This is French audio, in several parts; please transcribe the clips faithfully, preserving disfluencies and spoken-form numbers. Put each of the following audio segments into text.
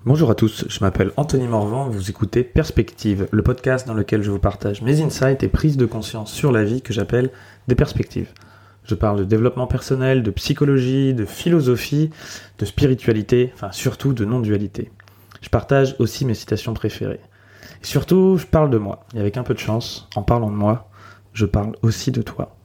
Bonjour à tous, je m'appelle Anthony Morvan, vous écoutez Perspective, le podcast dans lequel je vous partage mes insights et prises de conscience sur la vie que j'appelle des perspectives. Je parle de développement personnel, de psychologie, de philosophie, de spiritualité, enfin surtout de non-dualité. Je partage aussi mes citations préférées. Et surtout, je parle de moi, et avec un peu de chance, en parlant de moi, je parle aussi de toi.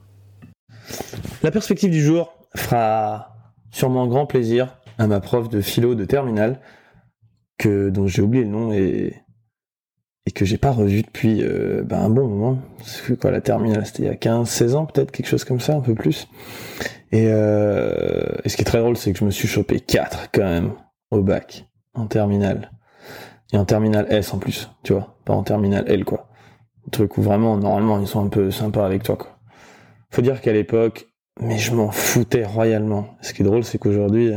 La perspective du jour fera sûrement grand plaisir à ma prof de philo de terminale, que, dont j'ai oublié le nom et, et que j'ai pas revu depuis euh, ben un bon moment. C'est quoi la terminale? C'était il y a quinze seize ans peut-être, quelque chose comme ça, un peu plus. Et, euh, et ce qui est très drôle, c'est que je me suis chopé quatre quand même au bac, en terminale. Et en terminale S en plus, tu vois, pas en terminale L quoi. Le truc où vraiment, normalement, ils sont un peu sympas avec toi quoi. Faut dire qu'à l'époque, mais je m'en foutais royalement. Ce qui est drôle, c'est qu'aujourd'hui,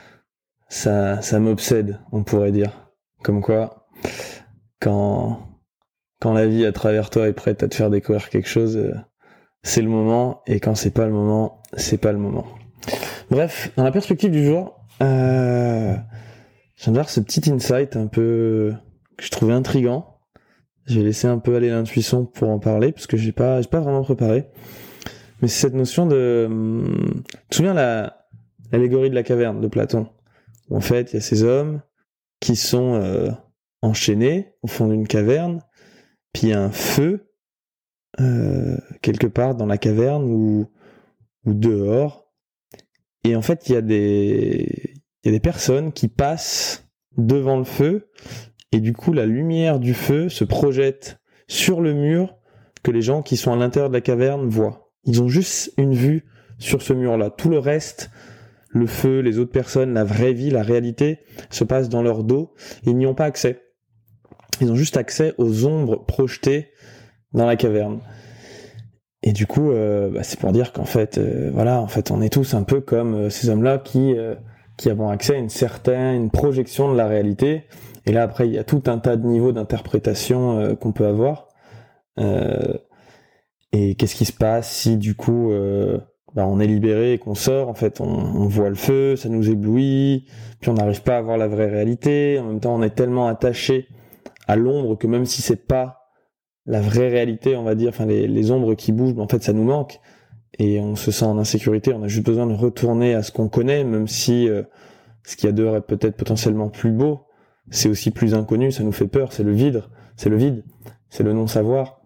ça, ça m'obsède, on pourrait dire. Comme quoi, quand, quand la vie à travers toi est prête à te faire découvrir quelque chose, euh, c'est le moment, et quand c'est pas le moment, c'est pas le moment. Bref, dans la perspective du jour, euh, je viens de voir ce petit insight un peu, que je trouvais intriguant. J'ai laissé un peu aller l'intuition pour en parler, parce que j'ai pas, j'ai pas vraiment préparé. Mais c'est cette notion de, hum, tu te souviens la, l'allégorie de la caverne de Platon? Où en fait, il y a ces hommes qui sont euh, enchaînés au fond d'une caverne, puis il y a un feu euh, quelque part dans la caverne ou, ou dehors. Et en fait, il y a des il y a des personnes qui passent devant le feu, et du coup, la lumière du feu se projette sur le mur que les gens qui sont à l'intérieur de la caverne voient. Ils ont juste une vue sur ce mur-là. Tout le reste, le feu, les autres personnes, la vraie vie, la réalité, se passe dans leur dos. Ils n'y ont pas accès. Ils ont juste accès aux ombres projetées dans la caverne. Et du coup, euh, bah, c'est pour dire qu'en fait, euh, voilà, en fait, on est tous un peu comme euh, ces hommes-là qui euh, qui avons accès à une certaine une projection de la réalité. Et là, après, il y a tout un tas de niveaux d'interprétation euh, qu'on peut avoir. Euh, et qu'est-ce qui se passe si, du coup, euh, bah, on est libéré et qu'on sort, en fait, on, on voit le feu, ça nous éblouit, puis on n'arrive pas à voir la vraie réalité. En même temps, on est tellement attaché à l'ombre que même si c'est pas la vraie réalité, on va dire, enfin les, les ombres qui bougent, en fait, ça nous manque et on se sent en insécurité. On a juste besoin de retourner à ce qu'on connaît, même si euh, ce qu'il y a dehors est peut-être potentiellement plus beau, c'est aussi plus inconnu, ça nous fait peur, c'est le vide, c'est le vide, c'est le non-savoir.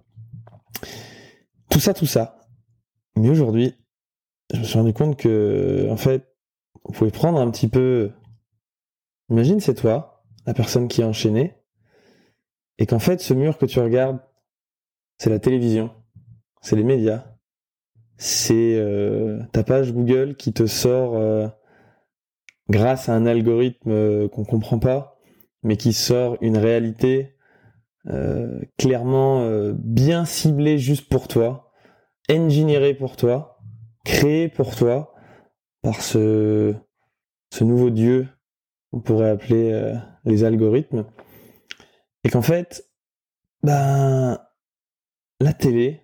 Tout ça, tout ça. Mais aujourd'hui, je me suis rendu compte que, en fait, on pouvait prendre un petit peu... Imagine, c'est toi, la personne qui est enchaînée, et qu'en fait, ce mur que tu regardes, c'est la télévision, c'est les médias, c'est euh, ta page Google qui te sort, euh, grâce à un algorithme euh, qu'on comprend pas, mais qui sort une réalité euh, clairement euh, bien ciblée juste pour toi, engineerée pour toi, créée pour toi, par ce, ce nouveau dieu qu'on pourrait appeler euh, les algorithmes, et qu'en fait, ben, la télé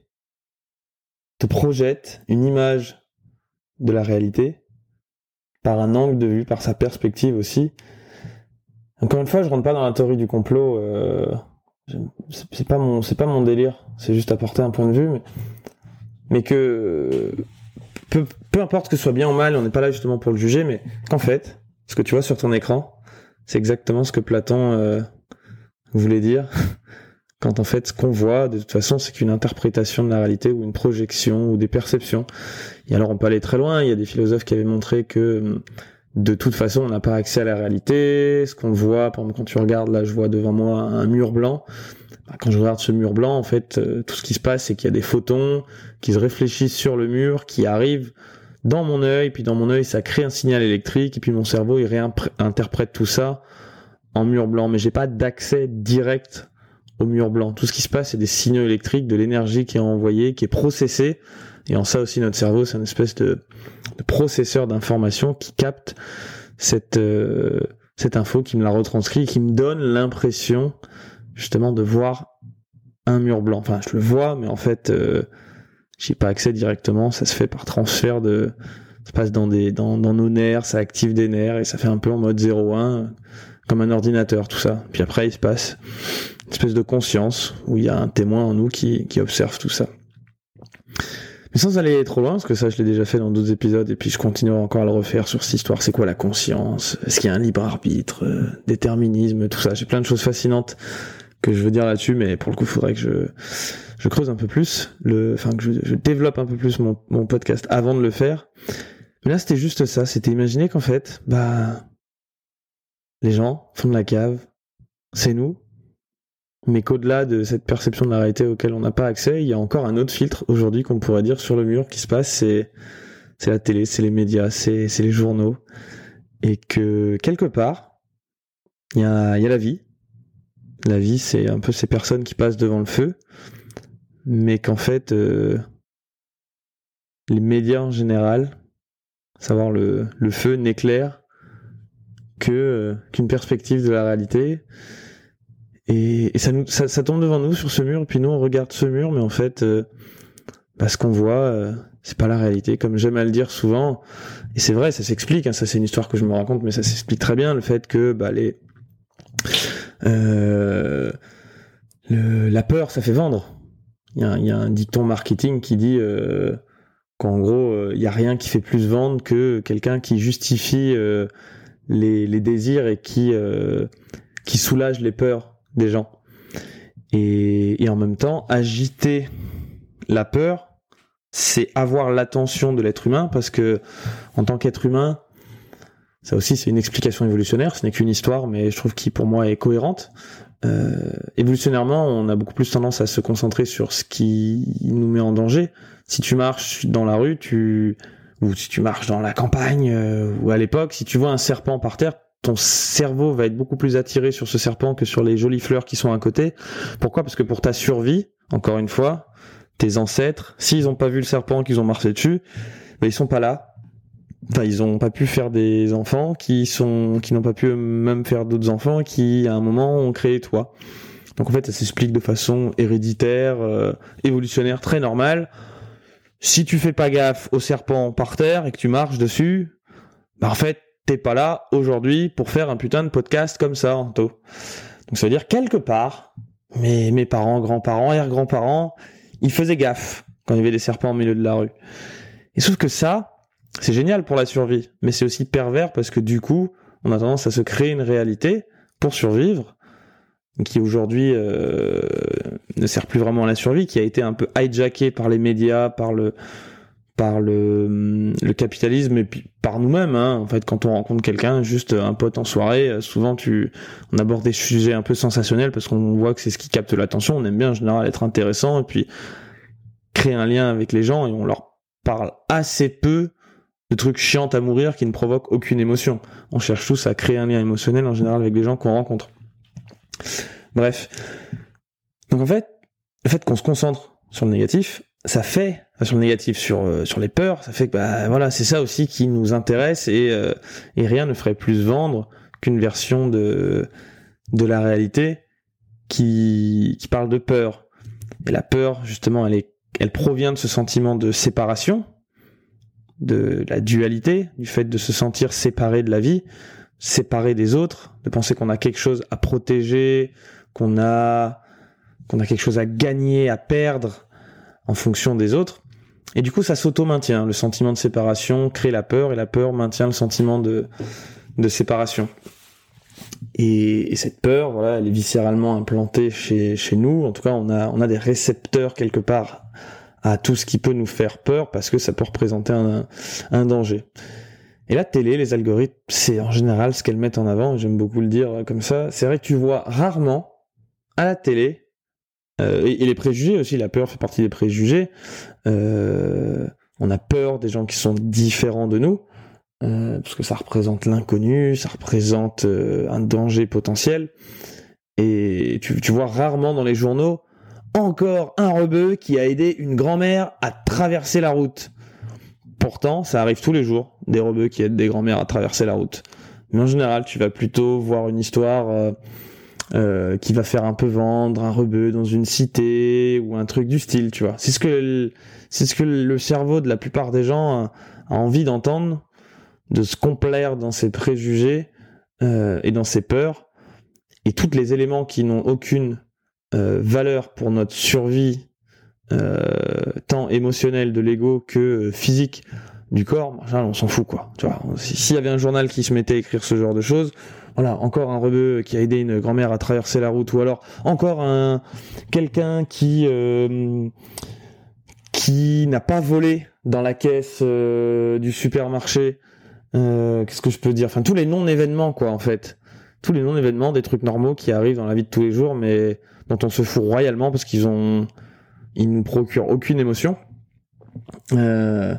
te projette une image de la réalité par un angle de vue, par sa perspective aussi. Encore une fois, je rentre pas dans la théorie du complot, euh, c'est, c'est pas mon, c'est pas mon délire, c'est juste apporter un point de vue, mais, mais que peu, peu importe que ce soit bien ou mal, on n'est pas là justement pour le juger, mais qu'en fait, ce que tu vois sur ton écran, c'est exactement ce que Platon euh, voulait dire. Quand en fait, ce qu'on voit, de toute façon, c'est qu'une interprétation de la réalité ou une projection ou des perceptions. Et alors, on peut aller très loin. Il y a des philosophes qui avaient montré que, de toute façon, on n'a pas accès à la réalité. Ce qu'on voit, par exemple, quand tu regardes, là, je vois devant moi un mur blanc. Quand je regarde ce mur blanc, en fait, tout ce qui se passe, c'est qu'il y a des photons qui se réfléchissent sur le mur, qui arrivent dans mon œil, puis dans mon œil, ça crée un signal électrique, et puis mon cerveau, il réinterprète tout ça en mur blanc. Mais j'ai pas d'accès direct au mur blanc. Tout ce qui se passe, c'est des signaux électriques, de l'énergie qui est envoyée, qui est processée. Et en ça aussi, notre cerveau, c'est une espèce de, de processeur d'informations qui capte cette, euh, cette info, qui me la retranscrit, et qui me donne l'impression, justement, de voir un mur blanc. Enfin, je le vois, mais en fait, euh, j'ai pas accès directement. Ça se fait par transfert de... Ça passe dans, des, dans, dans nos nerfs, ça active des nerfs, et ça fait un peu en mode zéro un. comme un ordinateur, tout ça. Puis après, il se passe une espèce de conscience où il y a un témoin en nous qui, qui observe tout ça. Mais sans aller trop loin, parce que ça, je l'ai déjà fait dans d'autres épisodes, et puis je continuerai encore à le refaire sur cette histoire. C'est quoi la conscience? Est-ce qu'il y a un libre arbitre, euh, déterminisme, tout ça? J'ai plein de choses fascinantes que je veux dire là-dessus, mais pour le coup, il faudrait que je, je creuse un peu plus, le, enfin, que je, je développe un peu plus mon, mon podcast avant de le faire. Mais là, c'était juste ça. C'était imaginer qu'en fait, bah, les gens font de la cave, c'est nous, mais qu'au-delà de cette perception de la réalité auquel on n'a pas accès, il y a encore un autre filtre aujourd'hui qu'on pourrait dire sur le mur qui se passe, c'est, c'est la télé, c'est les médias, c'est, c'est les journaux, et que quelque part, il y a, il y a la vie. La vie, c'est un peu ces personnes qui passent devant le feu, mais qu'en fait, euh, les médias en général, savoir le, le feu n'éclaire que euh, qu'une perspective de la réalité. Et, et ça, nous, ça, ça tombe devant nous sur ce mur, et puis nous on regarde ce mur, mais en fait, euh, bah, ce qu'on voit, euh, c'est pas la réalité. Comme j'aime à le dire souvent, et c'est vrai, ça s'explique, hein, ça c'est une histoire que je me raconte, mais ça s'explique très bien, le fait que bah, les, euh, le, la peur, ça fait vendre. Il y a, il y a un dicton marketing qui dit euh, qu'en gros, il euh, y a rien qui fait plus vendre que quelqu'un qui justifie euh, les, les désirs et qui, euh, qui soulage les peurs des gens. Et, et en même temps, agiter la peur, c'est avoir l'attention de l'être humain, parce que en tant qu'être humain, ça aussi c'est une explication évolutionnaire, ce n'est qu'une histoire, mais je trouve qui pour moi est cohérente. Euh, évolutionnairement, on a beaucoup plus tendance à se concentrer sur ce qui nous met en danger. Si tu marches dans la rue, tu ou si tu marches dans la campagne, euh, ou à l'époque, si tu vois un serpent par terre, ton cerveau va être beaucoup plus attiré sur ce serpent que sur les jolies fleurs qui sont à côté. Pourquoi ? Parce que pour ta survie, encore une fois, tes ancêtres, s'ils n'ont pas vu le serpent, qu'ils ont marché dessus, ben ils sont pas là. Enfin, ils ont pas pu faire des enfants, qui sont, qui n'ont pas pu même faire d'autres enfants, qui à un moment ont créé toi. Donc en fait, ça s'explique de façon héréditaire, euh, évolutionnaire, très normale. Si tu fais pas gaffe au serpent par terre et que tu marches dessus, ben en fait, t'es pas là aujourd'hui pour faire un putain de podcast comme ça, Anto. Donc ça veut dire quelque part, mes, mes parents, grands-parents, arrière-grands-parents, ils faisaient gaffe quand il y avait des serpents au milieu de la rue. Et sauf que ça, c'est génial pour la survie, mais c'est aussi pervers parce que du coup, on a tendance à se créer une réalité pour survivre, qui aujourd'hui euh, ne sert plus vraiment à la survie, qui a été un peu hijacké par les médias, par le par le, le capitalisme et puis par nous-mêmes, hein. En fait, quand on rencontre quelqu'un, juste un pote en soirée, souvent tu, on aborde des sujets un peu sensationnels parce qu'on voit que c'est ce qui capte l'attention. On aime bien en général être intéressant et puis créer un lien avec les gens, et on leur parle assez peu de trucs chiants à mourir qui ne provoquent aucune émotion. On cherche tous à créer un lien émotionnel en général avec les gens qu'on rencontre. Bref. Donc en fait, le fait qu'on se concentre sur le négatif, ça fait, sur le négatif, sur euh, sur les peurs, ça fait que bah voilà, c'est ça aussi qui nous intéresse, et euh, et rien ne ferait plus vendre qu'une version de de la réalité qui qui parle de peur. Et la peur, justement, elle est elle provient de ce sentiment de séparation, de la dualité, du fait de se sentir séparé de la vie, séparé des autres, de penser qu'on a quelque chose à protéger, qu'on a qu'on a quelque chose à gagner, à perdre en fonction des autres. Et du coup, ça s'auto-maintient. Le sentiment de séparation crée la peur, et la peur maintient le sentiment de, de séparation. Et, et cette peur, voilà, elle est viscéralement implantée chez, chez nous. En tout cas, on a, on a des récepteurs quelque part à tout ce qui peut nous faire peur, parce que ça peut représenter un, un danger. Et la télé, les algorithmes, c'est en général ce qu'elles mettent en avant. J'aime beaucoup le dire comme ça. C'est vrai que tu vois rarement à la télé, Euh, et, et les préjugés aussi, la peur fait partie des préjugés. Euh, on a peur des gens qui sont différents de nous, euh, parce que ça représente l'inconnu, ça représente euh, un danger potentiel. Et tu, tu vois rarement dans les journaux encore un rebeu qui a aidé une grand-mère à traverser la route. Pourtant, ça arrive tous les jours, des rebeux qui aident des grand-mères à traverser la route. Mais en général, tu vas plutôt voir une histoire euh, Euh, qui va faire un peu vendre un rebeu dans une cité ou un truc du style, tu vois. C'est ce que le, c'est ce que le cerveau de la plupart des gens a, a envie d'entendre, de se complaire dans ses préjugés euh, et dans ses peurs, et tous les éléments qui n'ont aucune euh, valeur pour notre survie, euh, tant émotionnelle de l'ego que euh, physique du corps, on s'en fout, quoi. Tu vois, s'il y avait un journal qui se mettait à écrire ce genre de choses, voilà, encore un rebeu qui a aidé une grand-mère à traverser la route, ou alors encore un quelqu'un qui euh, qui n'a pas volé dans la caisse euh, du supermarché. Euh, qu'est-ce que je peux dire ? Enfin, tous les non-événements, quoi, en fait. Tous les non-événements, des trucs normaux qui arrivent dans la vie de tous les jours, mais dont on se fout royalement parce qu'ils ont, ils nous procurent aucune émotion. Euh,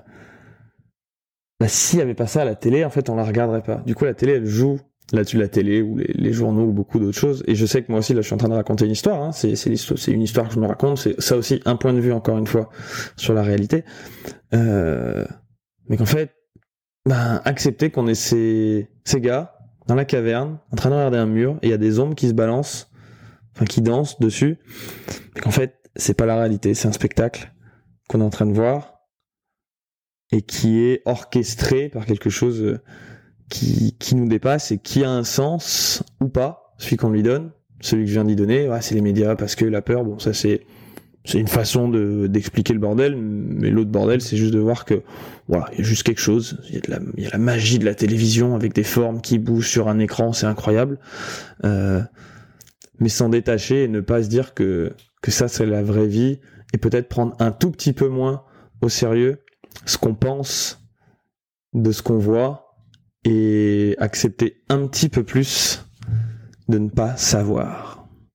bah, s'il y avait pas ça à la télé, en fait, on la regarderait pas. Du coup, la télé, elle joue là-dessus, la télé ou les, les journaux ou beaucoup d'autres choses. Et je sais que moi aussi, là, je suis en train de raconter une histoire. Hein. C'est, c'est, c'est une histoire que je me raconte. C'est ça aussi un point de vue, encore une fois, sur la réalité. Euh, mais qu'en fait, ben, accepter qu'on ait ces, ces gars dans la caverne, en train de regarder un mur, et il y a des ombres qui se balancent, enfin qui dansent dessus, mais qu'en fait, c'est pas la réalité, c'est un spectacle qu'on est en train de voir, et qui est orchestré par quelque chose qui, qui nous dépasse, et qui a un sens, ou pas, celui qu'on lui donne, celui que je viens d'y donner, ouais, c'est les médias, parce que la peur, bon, ça c'est... C'est une façon de, d'expliquer le bordel, mais l'autre bordel, c'est juste de voir que, voilà, il y a juste quelque chose. Il y a de la, il y a la magie de la télévision avec des formes qui bougent sur un écran, c'est incroyable. Euh, mais s'en détacher et ne pas se dire que, que ça, c'est la vraie vie, et peut-être prendre un tout petit peu moins au sérieux ce qu'on pense de ce qu'on voit, et accepter un petit peu plus de ne pas savoir.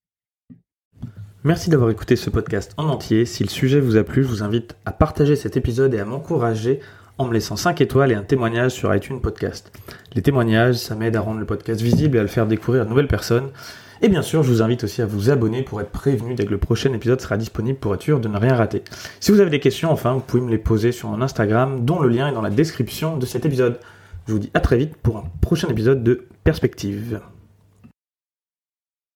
Merci d'avoir écouté ce podcast en entier. Si le sujet vous a plu, je vous invite à partager cet épisode et à m'encourager en me laissant cinq étoiles et un témoignage sur iTunes Podcast. Les témoignages, ça m'aide à rendre le podcast visible et à le faire découvrir à de nouvelles personnes. Et bien sûr, je vous invite aussi à vous abonner pour être prévenu dès que le prochain épisode sera disponible pour être sûr de ne rien rater. Si vous avez des questions, enfin, vous pouvez me les poser sur mon Instagram, dont le lien est dans la description de cet épisode. Je vous dis à très vite pour un prochain épisode de Perspective.